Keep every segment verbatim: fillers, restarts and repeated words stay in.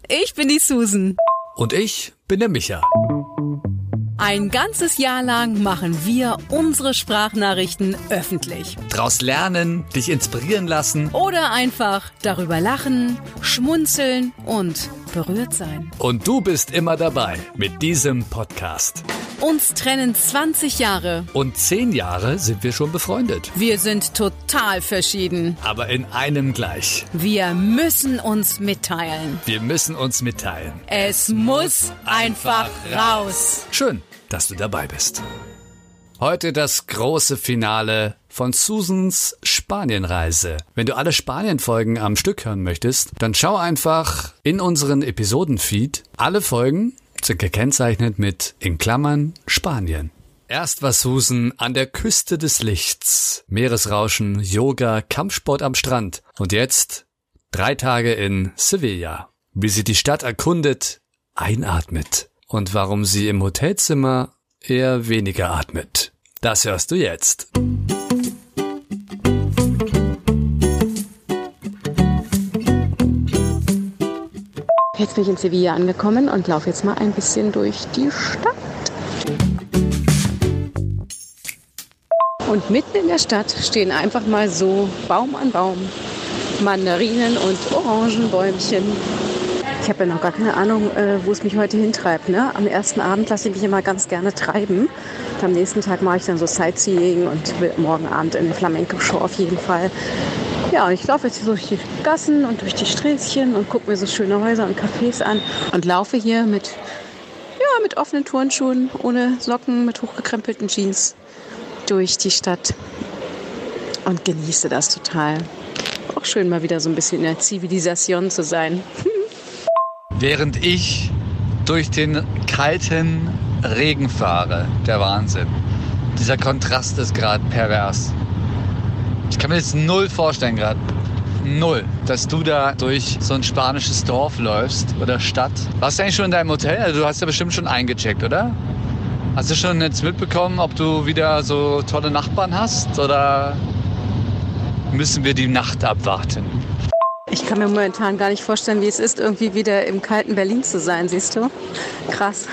ich bin die Susan. Und ich bin der Micha. Ein ganzes Jahr lang machen wir unsere Sprachnachrichten öffentlich. Draus lernen, dich inspirieren lassen. Oder einfach darüber lachen, schmunzeln und berührt sein. Und du bist immer dabei mit diesem Podcast. Uns trennen zwanzig Jahre. Und zehn Jahre sind wir schon befreundet. Wir sind total verschieden. Aber in einem gleich. Wir müssen uns mitteilen. Wir müssen uns mitteilen. Es muss einfach raus. Schön, dass du dabei bist. Heute das große Finale von Susans Spanienreise. Wenn du alle Spanien-Folgen am Stück hören möchtest, dann schau einfach in unseren Episodenfeed. Alle Folgen sind gekennzeichnet mit, in Klammern, Spanien. Erst war Susan an der Küste des Lichts. Meeresrauschen, Yoga, Kampfsport am Strand. Und jetzt drei Tage in Sevilla. Wie sie die Stadt erkundet, einatmet. Und warum sie im Hotelzimmer eher weniger atmet. Das hörst du jetzt. Jetzt bin ich in Sevilla angekommen und laufe jetzt mal ein bisschen durch die Stadt. Und mitten in der Stadt stehen einfach mal so Baum an Baum Mandarinen und Orangenbäumchen. Ich habe ja noch gar keine Ahnung, wo es mich heute hintreibt. Ne? Am ersten Abend lasse ich mich immer ganz gerne treiben. Und am nächsten Tag mache ich dann so Sightseeing und will morgen Abend in eine Flamenco-Show auf jeden Fall. Ja, und ich laufe jetzt so durch die Gassen und durch die Sträßchen und gucke mir so schöne Häuser und Cafés an und laufe hier mit, ja, mit offenen Turnschuhen, ohne Socken, mit hochgekrempelten Jeans durch die Stadt und genieße das total. Auch schön, mal wieder so ein bisschen in der Zivilisation zu sein. Während ich durch den kalten Regen fahre, der Wahnsinn. Dieser Kontrast ist gerade pervers. Ich kann mir jetzt null vorstellen gerade. Null. Dass du da durch so ein spanisches Dorf läufst oder Stadt. Warst du eigentlich schon in deinem Hotel? Also du hast ja bestimmt schon eingecheckt, oder? Hast du schon jetzt mitbekommen, ob du wieder so tolle Nachbarn hast? Oder müssen wir die Nacht abwarten? Ich kann mir momentan gar nicht vorstellen, wie es ist, irgendwie wieder im kalten Berlin zu sein, siehst du? Krass.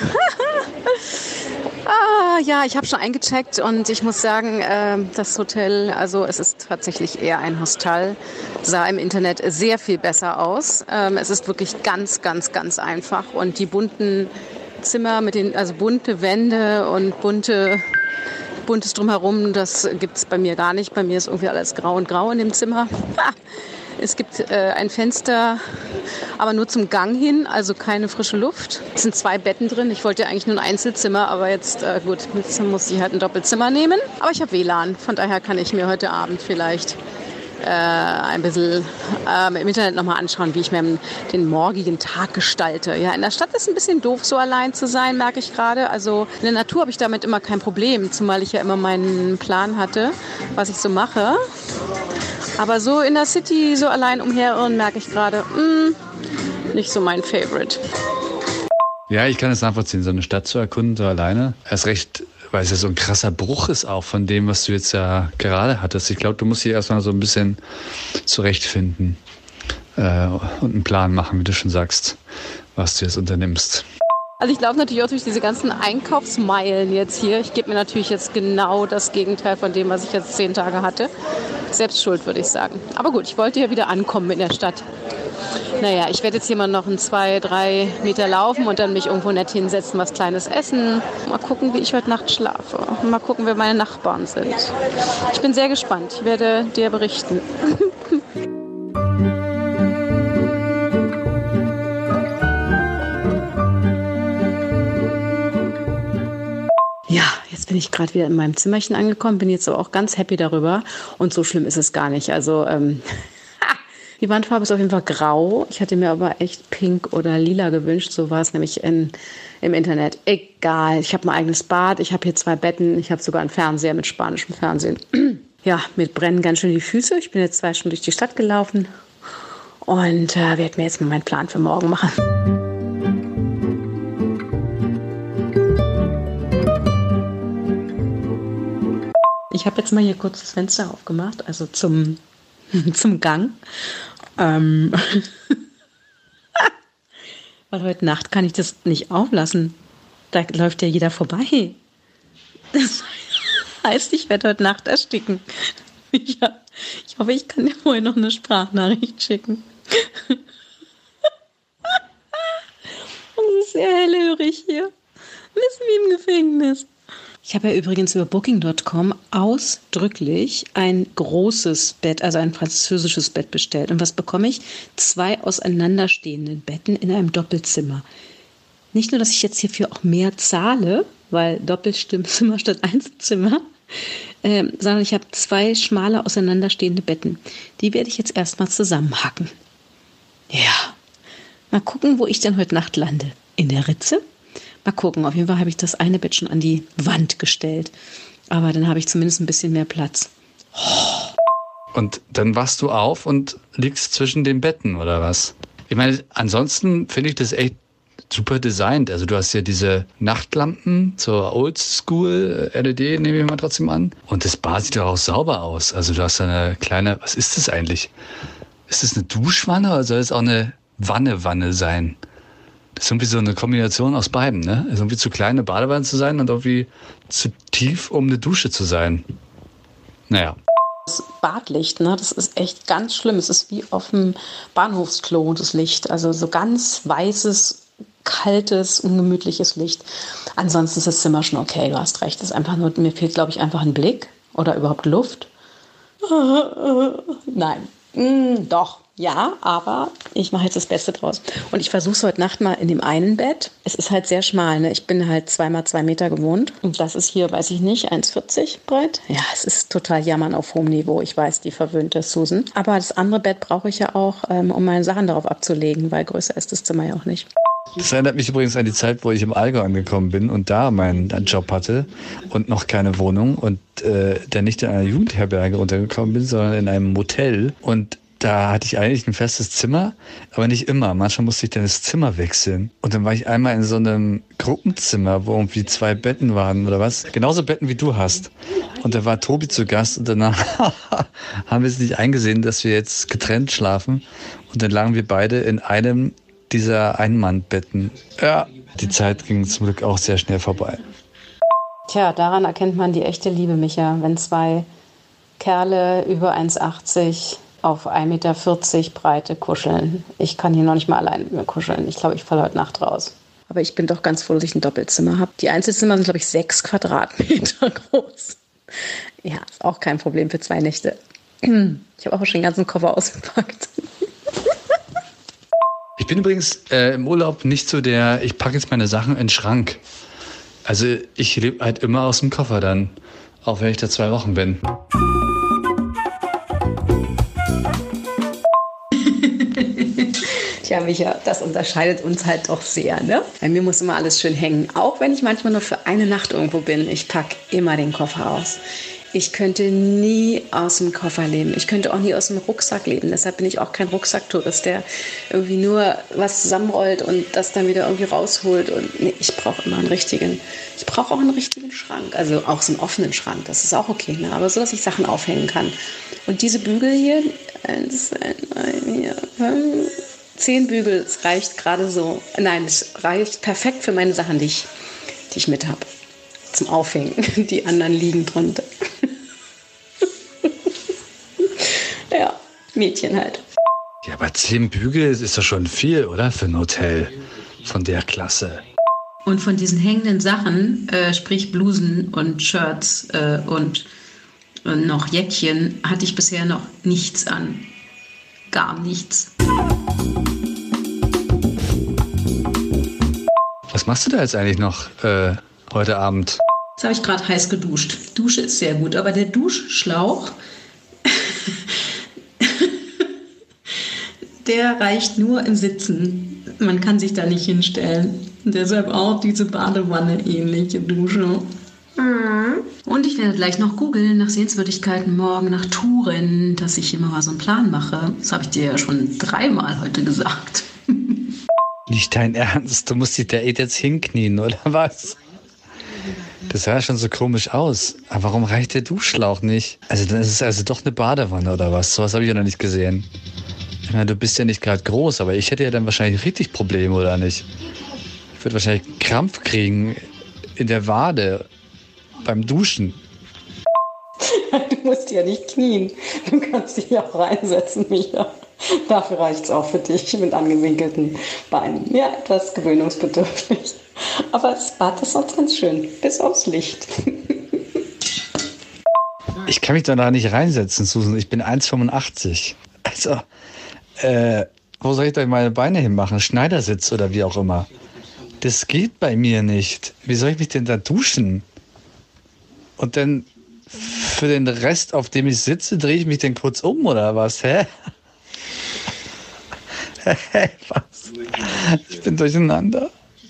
Ah, ja, ich habe schon eingecheckt und ich muss sagen, äh, das Hotel, also es ist tatsächlich eher ein Hostel, sah im Internet sehr viel besser aus. Ähm, es ist wirklich ganz, ganz, ganz einfach und die bunten Zimmer mit den, also bunte Wände und bunte, buntes Drumherum, das gibt's bei mir gar nicht. Bei mir ist irgendwie alles grau und grau in dem Zimmer. Ha! Es gibt äh, ein Fenster, aber nur zum Gang hin, also keine frische Luft. Es sind zwei Betten drin. Ich wollte ja eigentlich nur ein Einzelzimmer, aber jetzt, äh, gut, jetzt muss ich halt ein Doppelzimmer nehmen. Aber ich habe W L A N, von daher kann ich mir heute Abend vielleicht äh, ein bisschen äh, im Internet nochmal anschauen, wie ich mir den morgigen Tag gestalte. Ja, in der Stadt ist es ein bisschen doof, so allein zu sein, merke ich gerade. Also in der Natur habe ich damit immer kein Problem, zumal ich ja immer meinen Plan hatte, was ich so mache. Aber so in der City, so allein umherirren, merke ich gerade, mh, nicht so mein Favorite. Ja, ich kann es nachvollziehen, so eine Stadt zu erkunden, so alleine. Erst recht, weil es ja so ein krasser Bruch ist auch von dem, was du jetzt ja gerade hattest. Ich glaube, du musst dich erstmal so ein bisschen zurechtfinden äh, und einen Plan machen, wie du schon sagst, was du jetzt unternimmst. Also ich laufe natürlich auch durch diese ganzen Einkaufsmeilen jetzt hier. Ich gebe mir natürlich jetzt genau das Gegenteil von dem, was ich jetzt zehn Tage hatte. Selbst schuld, würde ich sagen. Aber gut, ich wollte ja wieder ankommen in der Stadt. Naja, ich werde jetzt hier mal noch ein, zwei, drei Meter laufen und dann mich irgendwo nett hinsetzen, was Kleines essen. Mal gucken, wie ich heute Nacht schlafe. Mal gucken, wer meine Nachbarn sind. Ich bin sehr gespannt. Ich werde dir berichten. Ja, jetzt bin ich gerade wieder in meinem Zimmerchen angekommen, bin jetzt aber auch ganz happy darüber und so schlimm ist es gar nicht. Also ähm, die Wandfarbe ist auf jeden Fall grau. Ich hatte mir aber echt pink oder lila gewünscht, so war es nämlich in, im Internet. Egal, ich habe mein eigenes Bad, ich habe hier zwei Betten, ich habe sogar einen Fernseher mit spanischem Fernsehen. Ja, mir brennen ganz schön die Füße. Ich bin jetzt zwei Stunden durch die Stadt gelaufen und äh, werde mir jetzt mal meinen Plan für morgen machen. Ich habe jetzt mal hier kurz das Fenster aufgemacht, also zum, zum Gang. Ähm Weil heute Nacht kann ich das nicht auflassen. Da läuft ja jeder vorbei. Das heißt, ich werde heute Nacht ersticken. Ja, ich hoffe, ich kann dir vorher noch eine Sprachnachricht schicken. Und es ist sehr hellhörig hier. Ein bisschen wie im Gefängnis. Ich habe ja übrigens über Booking Punkt com ausdrücklich ein großes Bett, also ein französisches Bett bestellt. Und was bekomme ich? Zwei auseinanderstehende Betten in einem Doppelzimmer. Nicht nur, dass ich jetzt hierfür auch mehr zahle, weil Doppelzimmer statt Einzelzimmer, äh, sondern ich habe zwei schmale auseinanderstehende Betten. Die werde ich jetzt erstmal zusammenhacken. Ja, mal gucken, wo ich denn heute Nacht lande. In der Ritze? Mal gucken, auf jeden Fall habe ich das eine Bett schon an die Wand gestellt. Aber dann habe ich zumindest ein bisschen mehr Platz. Oh. Und dann wachst du auf und liegst zwischen den Betten, oder was? Ich meine, ansonsten finde ich das echt super designt. Also du hast ja diese Nachtlampen zur Oldschool L E D, nehme ich mal trotzdem an. Und das Bad sieht doch auch sauber aus. Also du hast eine kleine, was ist das eigentlich? Ist das eine Duschwanne oder soll es auch eine Wanne-Wanne sein? Das ist irgendwie so eine Kombination aus beiden, ne? Also irgendwie zu klein, eine Badewanne zu sein und irgendwie zu tief, um eine Dusche zu sein. Naja. Das Badlicht, ne, das ist echt ganz schlimm. Es ist wie auf dem Bahnhofsklo, das Licht. Also so ganz weißes, kaltes, ungemütliches Licht. Ansonsten ist das Zimmer schon okay, du hast recht. Es ist einfach nur, mir fehlt, glaube ich, einfach ein Blick oder überhaupt Luft. Nein, mm, doch. Ja, aber ich mache jetzt das Beste draus. Und ich versuche es heute Nacht mal in dem einen Bett. Es ist halt sehr schmal, ne? Ich bin halt zwei mal zwei Meter gewohnt. Und das ist hier, weiß ich nicht, eins vierzig breit. Ja, es ist total Jammern auf hohem Niveau. Ich weiß, die verwöhnte Susan. Aber das andere Bett brauche ich ja auch, ähm, um meine Sachen darauf abzulegen, weil größer ist das Zimmer ja auch nicht. Das erinnert mich übrigens an die Zeit, wo ich im Allgäu angekommen bin und da meinen Job hatte und noch keine Wohnung und äh, dann nicht in einer Jugendherberge untergekommen bin, sondern in einem Motel. Und da hatte ich eigentlich ein festes Zimmer, aber nicht immer. Manchmal musste ich dann das Zimmer wechseln. Und dann war ich einmal in so einem Gruppenzimmer, wo irgendwie zwei Betten waren oder was. Genauso Betten wie du hast. Und da war Tobi zu Gast und danach haben wir es nicht eingesehen, dass wir jetzt getrennt schlafen. Und dann lagen wir beide in einem dieser Einmannbetten. Ja, die Zeit ging zum Glück auch sehr schnell vorbei. Tja, daran erkennt man die echte Liebe, Micha. Wenn zwei Kerle über eins achtzig auf ein Meter vierzig Breite kuscheln. Ich kann hier noch nicht mal allein mit mir kuscheln. Ich glaube, ich falle heute Nacht raus. Aber ich bin doch ganz froh, dass ich ein Doppelzimmer habe. Die Einzelzimmer sind, glaube ich, sechs Quadratmeter groß. Ja, ist auch kein Problem für zwei Nächte. Ich habe auch schon den ganzen Koffer ausgepackt. Ich bin übrigens äh, im Urlaub nicht so der, ich packe jetzt meine Sachen in den Schrank. Also ich lebe halt immer aus dem Koffer dann, auch wenn ich da zwei Wochen bin. Tja, Micha, das unterscheidet uns halt doch sehr, ne? Bei mir muss immer alles schön hängen. Auch wenn ich manchmal nur für eine Nacht irgendwo bin, ich packe immer den Koffer aus. Ich könnte nie aus dem Koffer leben. Ich könnte auch nie aus dem Rucksack leben. Deshalb bin ich auch kein Rucksacktourist, der irgendwie nur was zusammenrollt und das dann wieder irgendwie rausholt. Und nee, ich brauche immer einen richtigen, ich brauche auch einen richtigen Schrank. Also auch so einen offenen Schrank, das ist auch okay, ne? Aber so, dass ich Sachen aufhängen kann. Und diese Bügel hier, eins, zwei, drei, vier, fünf, zehn Bügel, es reicht gerade so. Nein, es reicht perfekt für meine Sachen, die ich, die ich mit habe. Zum Aufhängen. Die anderen liegen drunter. Ja, Mädchen halt. Ja, aber zehn Bügel ist doch schon viel, oder? Für ein Hotel von der Klasse. Und von diesen hängenden Sachen, äh, sprich Blusen und Shirts äh, und, und noch Jäckchen, hatte ich bisher noch nichts an. Gar nichts. Was machst du da jetzt eigentlich noch äh, heute Abend? Jetzt habe ich gerade heiß geduscht. Dusche ist sehr gut, aber der Duschschlauch, der reicht nur im Sitzen. Man kann sich da nicht hinstellen. Und deshalb auch diese Badewanne-ähnliche Dusche. Und ich werde gleich noch googeln nach Sehenswürdigkeiten morgen, nach Touren, dass ich immer mal so einen Plan mache. Das habe ich dir ja schon dreimal heute gesagt. Nicht dein Ernst? Du musst dich da jetzt hinknien, oder was? Das sah ja schon so komisch aus. Aber warum reicht der Duschschlauch nicht? Also dann ist es also doch eine Badewanne oder was? Sowas habe ich ja noch nicht gesehen. meine, du bist ja nicht gerade groß, aber ich hätte ja dann wahrscheinlich richtig Probleme, oder nicht? Ich würde wahrscheinlich Krampf kriegen in der Wade beim Duschen. Du musst ja nicht knien. Du kannst dich auch reinsetzen, Micha. Dafür reicht es auch für dich mit angewinkelten Beinen. Ja, etwas gewöhnungsbedürftig. Aber das Bad ist sonst ganz schön, bis aufs Licht. Ich kann mich da nicht reinsetzen, Susan. Ich bin eins Komma fünfundachtzig. Also, äh, wo soll ich denn meine Beine hinmachen? Schneidersitz oder wie auch immer. Das geht bei mir nicht. Wie soll ich mich denn da duschen? Und dann für den Rest, auf dem ich sitze, drehe ich mich denn kurz um oder was? Hä? Hä? Was? Ich bin durcheinander.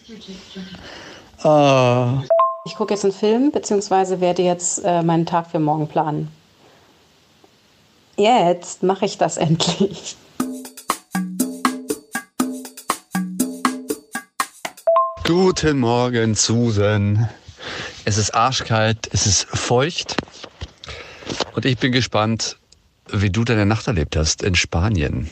Oh. Ich gucke jetzt einen Film, beziehungsweise werde jetzt äh, meinen Tag für morgen planen. Jetzt mache ich das endlich. Guten Morgen, Susan. Es ist arschkalt, es ist feucht. Und ich bin gespannt, wie du deine Nacht erlebt hast in Spanien.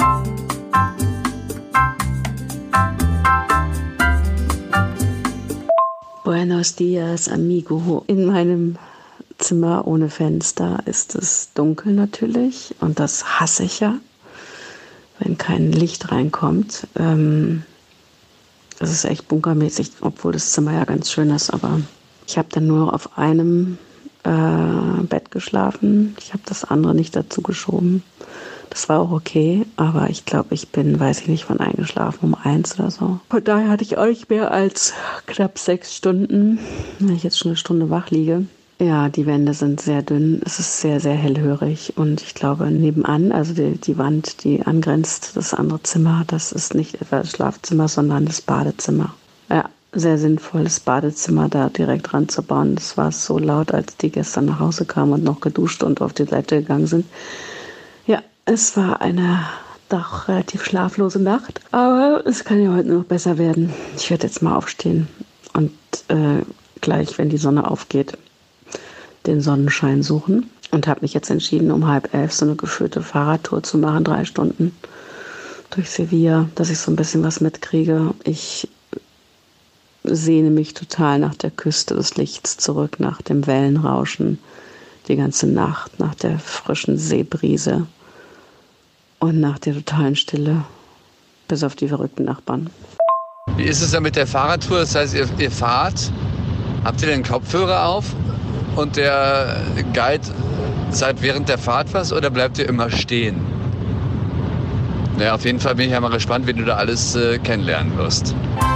Buenos dias, amigo. In meinem Zimmer ohne Fenster ist es dunkel natürlich. Und das hasse ich ja, wenn kein Licht reinkommt. Ähm, das ist echt bunkermäßig, obwohl das Zimmer ja ganz schön ist. Aber ich habe dann nur auf einem äh, Bett geschlafen. Ich habe das andere nicht dazu geschoben. Das war auch okay, aber ich glaube, ich bin, weiß ich nicht, wann eingeschlafen, um eins oder so. Von daher hatte ich auch nicht mehr als knapp sechs Stunden, wenn ich jetzt schon eine Stunde wach liege. Ja, die Wände sind sehr dünn, es ist sehr, sehr hellhörig und ich glaube nebenan, also die, die Wand, die angrenzt das andere Zimmer, das ist nicht etwa das Schlafzimmer, sondern das Badezimmer. Ja, sehr sinnvoll, das Badezimmer da direkt ranzubauen. Das war so laut, als die gestern nach Hause kamen und noch geduscht und auf die Seite gegangen sind. Ja, es war eine doch relativ schlaflose Nacht, aber es kann ja heute noch besser werden. Ich werde jetzt mal aufstehen und äh, gleich, wenn die Sonne aufgeht, den Sonnenschein suchen und habe mich jetzt entschieden, um halb elf so eine geführte Fahrradtour zu machen, drei Stunden durch Sevilla, dass ich so ein bisschen was mitkriege. Ich sehne mich total nach der Küste des Lichts zurück, nach dem Wellenrauschen, die ganze Nacht, nach der frischen Seebrise und nach der totalen Stille, bis auf die verrückten Nachbarn. Wie ist es denn mit der Fahrradtour? Das heißt, ihr, ihr fahrt, habt ihr den Kopfhörer auf und der Guide sagt während der Fahrt was oder bleibt ihr immer stehen? Naja, auf jeden Fall bin ich ja mal gespannt, wie du da alles äh, kennenlernen wirst.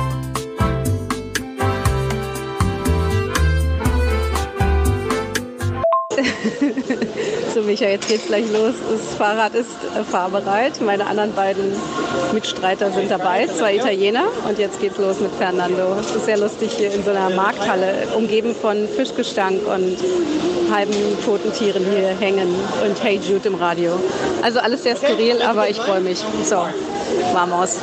So, Micha, jetzt geht's gleich los. Das Fahrrad ist äh, fahrbereit. Meine anderen beiden Mitstreiter sind dabei, zwei Italiener. Und jetzt geht's los mit Fernando. Es ist sehr lustig hier in so einer Markthalle, umgeben von Fischgestank und halben toten Tieren hier hängen und Hey Jude im Radio. Also alles sehr skurril, aber ich freue mich. So, vamos.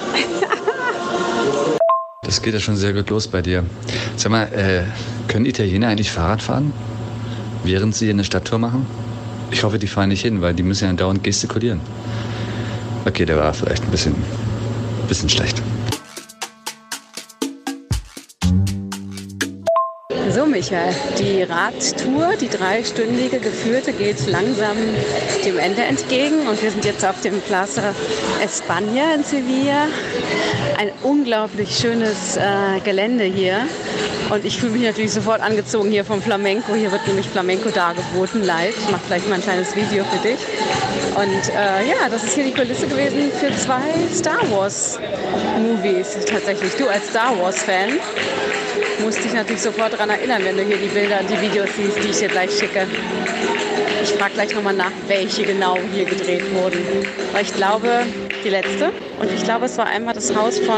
Das geht ja schon sehr gut los bei dir. Sag mal, äh, können Italiener eigentlich Fahrrad fahren, während sie eine Stadttour machen? Ich hoffe, die fahren nicht hin, weil die müssen ja dauernd gestikulieren. Okay, der war vielleicht ein bisschen, ein bisschen schlecht. So, Michael, die Radtour, die dreistündige geführte, geht langsam dem Ende entgegen. Und wir sind jetzt auf dem Plaza España in Sevilla. Ein unglaublich schönes äh, Gelände hier. Und ich fühle mich natürlich sofort angezogen hier vom Flamenco. Hier wird nämlich Flamenco dargeboten, live. Ich mache gleich mal ein kleines Video für dich. Und äh, ja, das ist hier die Kulisse gewesen für zwei Star Wars Movies. Tatsächlich, du als Star Wars Fan musst dich natürlich sofort daran erinnern, wenn du hier die Bilder und die Videos siehst, die ich dir gleich schicke. Ich frage gleich nochmal nach, welche genau hier gedreht wurden. Weil ich glaube, die letzte. Und ich glaube, es war einmal das Haus von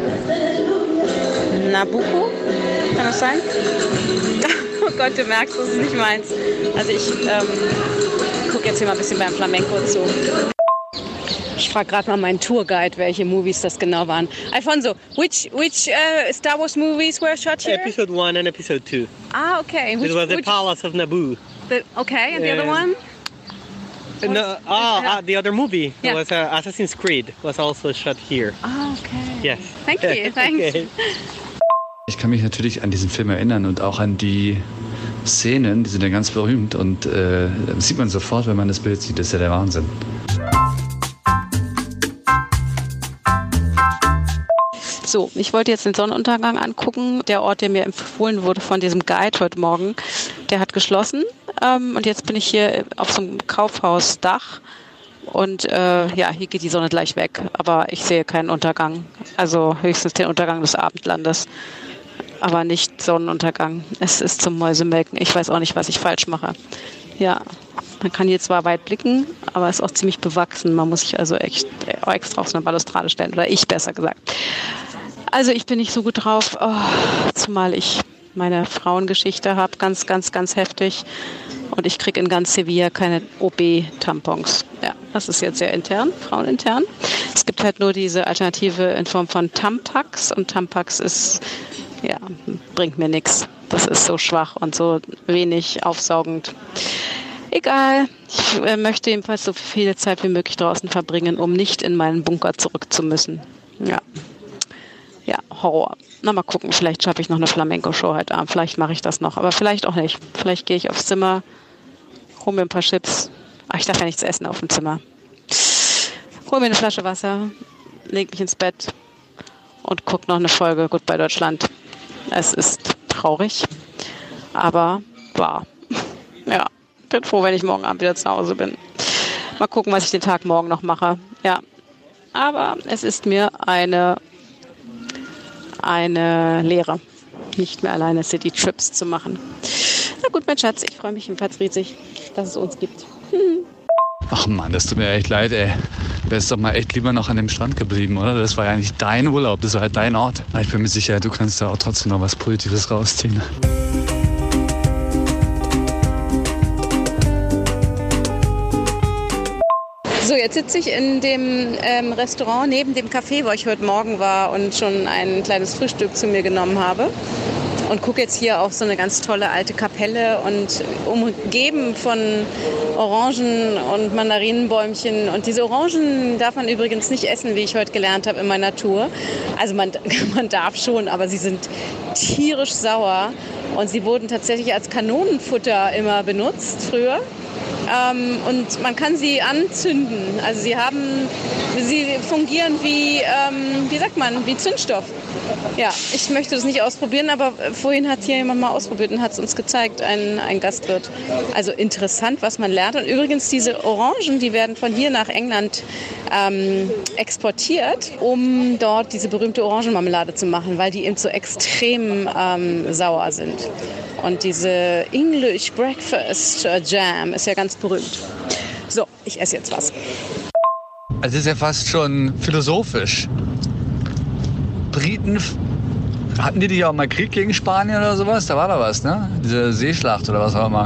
Nabucco. Kann das sein? Oh Gott, du merkst, das ist nicht meins. Also ich ähm, gucke jetzt hier mal ein bisschen beim Flamenco zu. Ich frage gerade mal meinen Tourguide, welche Movies das genau waren. Alfonso, which which uh, Star Wars movies were shot here? Episode one and episode two. Ah, okay. Which, it was the which, Palace of Naboo. the, okay, and the um, other one? No, ah, Yeah. uh, the other movie Yeah. was uh, Assassin's Creed. Was also shot here. Ah, okay. Yes. Thank you. Thanks. Okay. Ich kann mich natürlich an diesen Film erinnern und auch an die Szenen, die sind ja ganz berühmt und äh, das sieht man sofort, wenn man das Bild sieht, das ist ja der Wahnsinn. So, ich wollte jetzt den Sonnenuntergang angucken. Der Ort, der mir empfohlen wurde von diesem Guide heute Morgen, der hat geschlossen. Ähm, und jetzt bin ich hier auf so einem Kaufhausdach. Und äh, ja, hier geht die Sonne gleich weg. Aber ich sehe keinen Untergang. Also höchstens den Untergang des Abendlandes. Aber nicht Sonnenuntergang. Es ist zum Mäusemelken. Ich weiß auch nicht, was ich falsch mache. Ja, man kann hier zwar weit blicken, aber es ist auch ziemlich bewachsen. Man muss sich also echt extra auf so eine Balustrade stellen. Oder ich, besser gesagt. Also ich bin nicht so gut drauf, oh, zumal ich meine Frauengeschichte habe, ganz, ganz, ganz heftig. Und ich kriege in ganz Sevilla keine O B-Tampons. Ja, das ist jetzt sehr intern, frauenintern. Es gibt halt nur diese Alternative in Form von Tampax. Und Tampax ist, ja, bringt mir nichts. Das ist so schwach und so wenig aufsaugend. Egal, ich äh, möchte jedenfalls so viel Zeit wie möglich draußen verbringen, um nicht in meinen Bunker zurück zu müssen. Ja. Ja, Horror. Na, mal gucken, vielleicht schaffe ich noch eine Flamenco-Show heute Abend. Vielleicht mache ich das noch, aber vielleicht auch nicht. Vielleicht gehe ich aufs Zimmer, hole mir ein paar Chips. Ach, ich darf ja nichts essen auf dem Zimmer. Hol mir eine Flasche Wasser, leg mich ins Bett und guck noch eine Folge Goodbye Deutschland. Es ist traurig, aber wahr. Ja, bin froh, wenn ich morgen Abend wieder zu Hause bin. Mal gucken, was ich den Tag morgen noch mache. Ja, aber es ist mir eine eine Lehre, nicht mehr alleine City-Trips zu machen. Na gut, mein Schatz, ich freue mich jedenfalls riesig, dass es uns gibt. Hm. Ach Mann, das tut mir echt leid, ey. Wärst doch mal echt lieber noch an dem Strand geblieben, oder? Das war ja nicht dein Urlaub, das war halt dein Ort. Aber ich bin mir sicher, du kannst da auch trotzdem noch was Positives rausziehen. So, jetzt sitze ich in dem ähm, Restaurant neben dem Café, wo ich heute Morgen war und schon ein kleines Frühstück zu mir genommen habe. Und gucke jetzt hier auf so eine ganz tolle alte Kapelle und umgeben von Orangen und Mandarinenbäumchen. Und diese Orangen darf man übrigens nicht essen, wie ich heute gelernt habe in meiner Tour. Also man, man darf schon, aber sie sind tierisch sauer. Und sie wurden tatsächlich als Kanonenfutter immer benutzt früher. Ähm, und man kann sie anzünden. Also sie haben, sie fungieren wie, ähm, wie sagt man, wie Zündstoff. Ja, ich möchte das nicht ausprobieren, aber vorhin hat hier jemand mal ausprobiert und hat es uns gezeigt, ein, ein Gastwirt. Also interessant, was man lernt. Und übrigens diese Orangen, die werden von hier nach England ähm, exportiert, um dort diese berühmte Orangenmarmelade zu machen, weil die eben so extrem ähm, sauer sind. Und diese English Breakfast Jam ist ja ganz berühmt. So, ich esse jetzt was. Also es ist ja fast schon philosophisch. Briten, hatten die nicht auch mal Krieg gegen Spanien oder sowas? Da war da was, ne? Diese Seeschlacht oder was auch immer.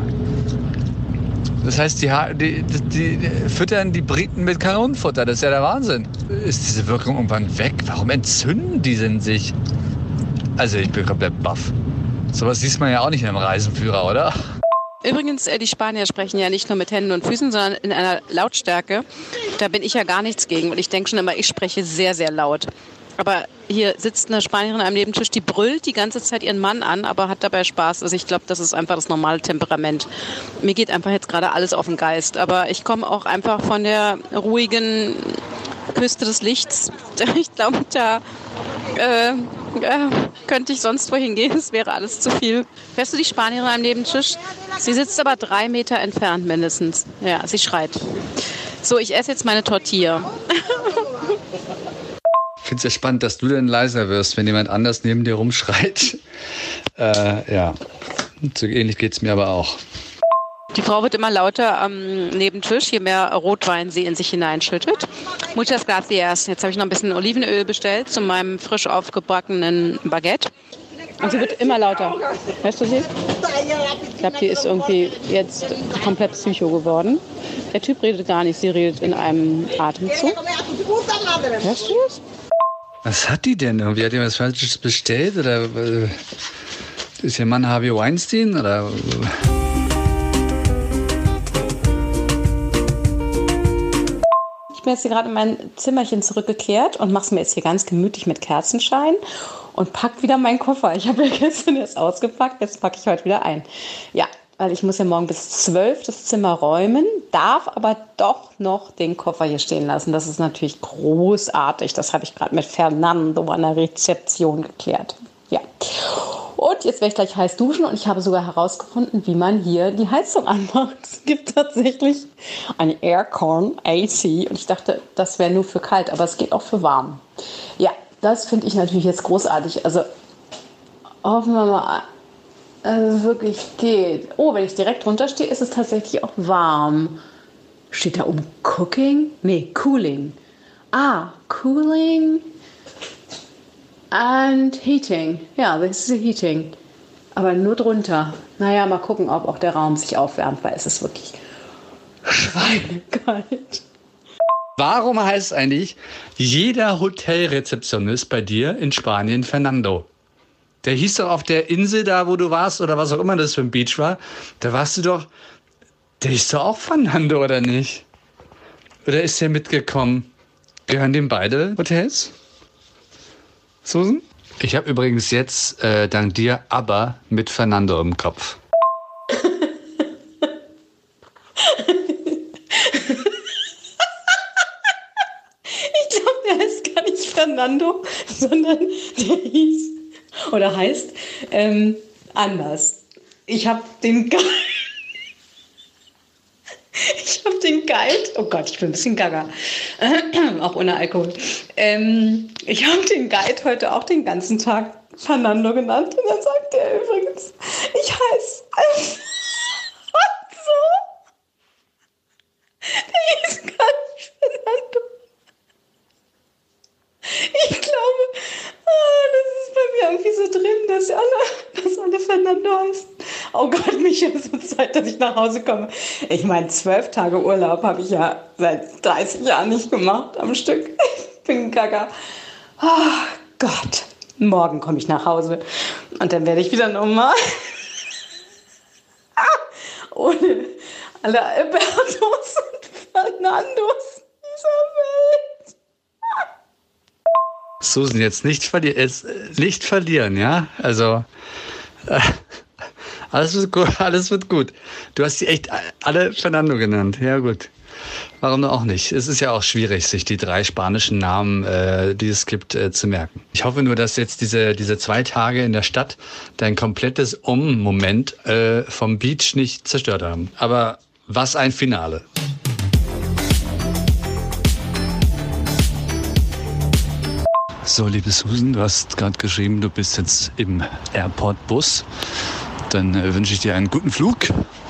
Das heißt, die, die, die, die füttern die Briten mit Kanonenfutter. Das ist ja der Wahnsinn. Ist diese Wirkung irgendwann weg? Warum entzünden die denn sich? Also ich bin komplett baff. Sowas sieht man ja auch nicht in einem Reisenführer, oder? Übrigens, die Spanier sprechen ja nicht nur mit Händen und Füßen, sondern in einer Lautstärke. Da bin ich ja gar nichts gegen. Und ich denke schon immer, ich spreche sehr, sehr laut. Aber hier sitzt eine Spanierin am Nebentisch, die brüllt die ganze Zeit ihren Mann an, aber hat dabei Spaß. Also ich glaube, das ist einfach das normale Temperament. Mir geht einfach jetzt gerade alles auf den Geist. Aber ich komme auch einfach von der ruhigen Küste des Lichts. Ich glaube, da äh, äh, könnte ich sonst wohin gehen. Es wäre alles zu viel. Hörst du die Spanierin am Nebentisch? Sie sitzt aber drei Meter entfernt mindestens. Ja, sie schreit. So, ich esse jetzt meine Tortilla. Ich finde es ja spannend, dass du dann leiser wirst, wenn jemand anders neben dir rumschreit. Äh, ja, so ähnlich geht es mir aber auch. Die Frau wird immer lauter am Nebentisch, je mehr Rotwein sie in sich hineinschüttet. Muchas gracias. Jetzt habe ich noch ein bisschen Olivenöl bestellt zu meinem frisch aufgebackenen Baguette. Und sie wird immer lauter. Hörst du sie? Ich glaube, die ist irgendwie jetzt komplett psycho geworden. Der Typ redet gar nicht, sie redet in einem Atemzug. Hörst du das? Was hat die denn? Irgendwie hat die was Falsches bestellt? Oder äh, ist ihr Mann Harvey Weinstein? Oder? bin jetzt hier gerade in mein Zimmerchen zurückgekehrt und mache es mir jetzt hier ganz gemütlich mit Kerzenschein und pack wieder meinen Koffer. Ich habe ja gestern erst ausgepackt, jetzt packe ich heute wieder ein. Ja, weil ich muss ja morgen bis zwölf das Zimmer räumen, darf aber doch noch den Koffer hier stehen lassen. Das ist natürlich großartig. Das habe ich gerade mit Fernando an der Rezeption geklärt. Ja. Und jetzt werde ich gleich heiß duschen und ich habe sogar herausgefunden, wie man hier die Heizung anmacht. Es gibt tatsächlich ein Aircon, A C, und ich dachte, das wäre nur für kalt, aber es geht auch für warm. Ja, das finde ich natürlich jetzt großartig. Also hoffen wir mal, dass es wirklich geht. Oh, wenn ich direkt drunter stehe, ist es tatsächlich auch warm. Steht da um Cooking? Nee, Cooling. Ah, Cooling and Heating. Ja, das ist Heating. Aber nur drunter. Naja, mal gucken, ob auch der Raum sich aufwärmt, weil es ist wirklich schweinekalt. Warum heißt eigentlich jeder Hotelrezeptionist bei dir in Spanien Fernando? Der hieß doch auf der Insel da, wo du warst, oder was auch immer das für ein Beach war, da warst du doch, der hieß doch auch Fernando, oder nicht? Oder ist der mitgekommen? Gehören dem beide Hotels? Susan? Ich habe übrigens jetzt äh, dank dir aber mit Fernando im Kopf. Ich glaube, der heißt gar nicht Fernando, sondern der hieß oder heißt ähm, anders. Ich habe den Guide. Ich habe den Guide. Oh Gott, ich bin ein bisschen gaga. Auch ohne Alkohol. Ähm, ich habe den Guide heute auch den ganzen Tag Fernando genannt. Und dann sagt er übrigens, ich heiße Alfonso. Der hieß gar nicht Fernando. Ich glaube, oh, das ist bei mir irgendwie so drin, dass alle, dass alle Fernando heißen. Oh Gott, mich ist so Zeit, dass ich nach Hause komme. Ich meine, zwölf Tage Urlaub habe ich ja seit dreißig Jahren nicht gemacht am Stück. Ich bin gaga. Oh Gott, morgen komme ich nach Hause und dann werde ich wieder normal. Ohne alle Albertos und Fernandos dieser Welt. Susan, jetzt nicht, verli- jetzt nicht verlieren, ja? Also, äh, alles wird gut, alles wird gut. Du hast die echt alle Fernando genannt. Ja, gut. Warum auch nicht? Es ist ja auch schwierig, sich die drei spanischen Namen, äh, die es gibt, äh, zu merken. Ich hoffe nur, dass jetzt diese, diese zwei Tage in der Stadt dein komplettes Um-Moment äh, vom Beach nicht zerstört haben. Aber was ein Finale. So, liebe Susan, du hast gerade geschrieben, du bist jetzt im Airport-Bus. Dann äh, wünsche ich dir einen guten Flug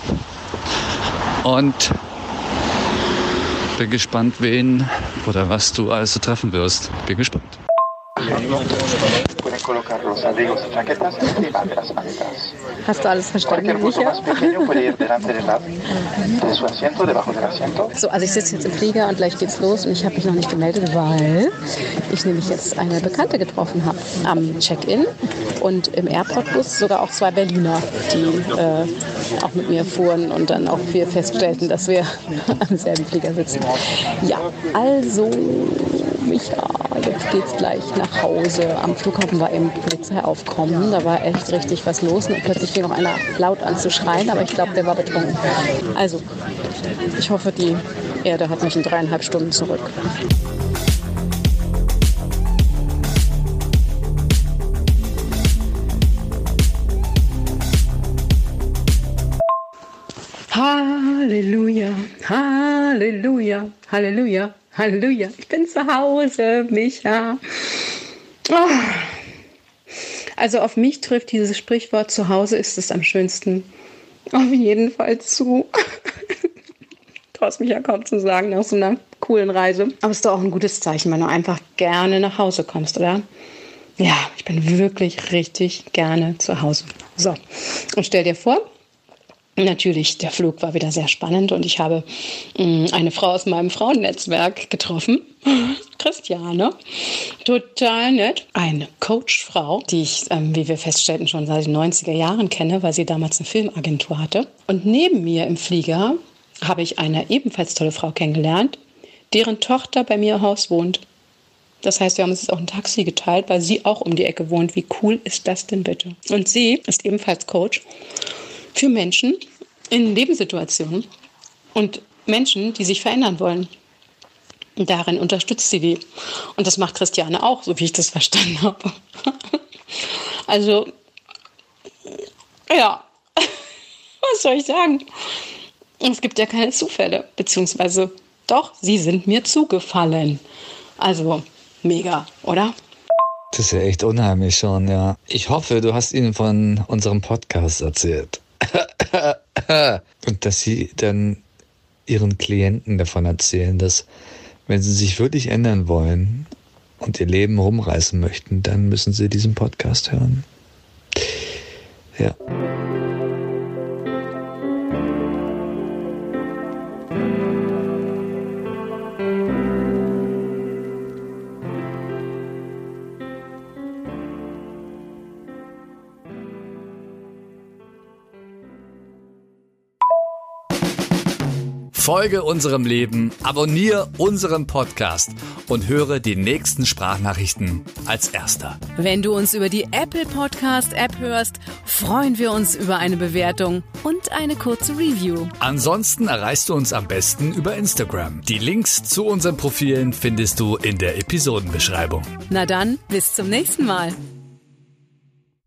und bin gespannt, wen oder was du also treffen wirst. Bin gespannt. Hast du alles verstanden, Micha? So, also ich sitze jetzt im Flieger und gleich geht's los und ich habe mich noch nicht gemeldet, weil ich nämlich jetzt eine Bekannte getroffen habe am Check-in und im Airport-Bus sogar auch zwei Berliner, die äh, auch mit mir fuhren und dann auch wir feststellten, dass wir am selben Flieger sitzen. Ja, also Micha, jetzt geht's gleich nach Hause. Am Flughafen war eben Polizeiaufkommen. Da war echt richtig was los. Und plötzlich fing noch einer laut an zu schreien, aber ich glaube, der war betrunken. Also, ich hoffe, die Erde hat mich in dreieinhalb Stunden zurück. Halleluja, Halleluja, Halleluja, Halleluja. Ich bin zu Hause, Micha. Oh. Also auf mich trifft dieses Sprichwort, zu Hause ist es am schönsten. Auf jeden Fall zu. Traust mich ja kaum zu sagen nach so einer coolen Reise. Aber es ist doch auch ein gutes Zeichen, wenn du einfach gerne nach Hause kommst, oder? Ja, ich bin wirklich richtig gerne zu Hause. So, und stell dir vor, natürlich, der Flug war wieder sehr spannend und ich habe mh, eine Frau aus meinem Frauennetzwerk getroffen, Christiane, total nett. Eine Coachfrau, die ich, ähm, wie wir feststellten, schon seit den neunziger Jahren kenne, weil sie damals eine Filmagentur hatte. Und neben mir im Flieger habe ich eine ebenfalls tolle Frau kennengelernt, deren Tochter bei mir im Haus wohnt. Das heißt, wir haben uns jetzt auch ein Taxi geteilt, weil sie auch um die Ecke wohnt. Wie cool ist das denn bitte? Und sie ist ebenfalls Coach für Menschen in Lebenssituationen und Menschen, die sich verändern wollen. Und darin unterstützt sie die. Und das macht Christiane auch, so wie ich das verstanden habe. Also, ja, was soll ich sagen? Es gibt ja keine Zufälle, beziehungsweise doch, sie sind mir zugefallen. Also, mega, oder? Das ist ja echt unheimlich schon, ja. Ich hoffe, du hast ihnen von unserem Podcast erzählt. Und dass sie dann ihren Klienten davon erzählen, dass wenn sie sich wirklich ändern wollen und ihr Leben rumreißen möchten, dann müssen sie diesen Podcast hören. Ja. Folge unserem Leben, abonniere unseren Podcast und höre die nächsten Sprachnachrichten als Erster. Wenn du uns über die Apple Podcast App hörst, freuen wir uns über eine Bewertung und eine kurze Review. Ansonsten erreichst du uns am besten über Instagram. Die Links zu unseren Profilen findest du in der Episodenbeschreibung. Na dann, bis zum nächsten Mal.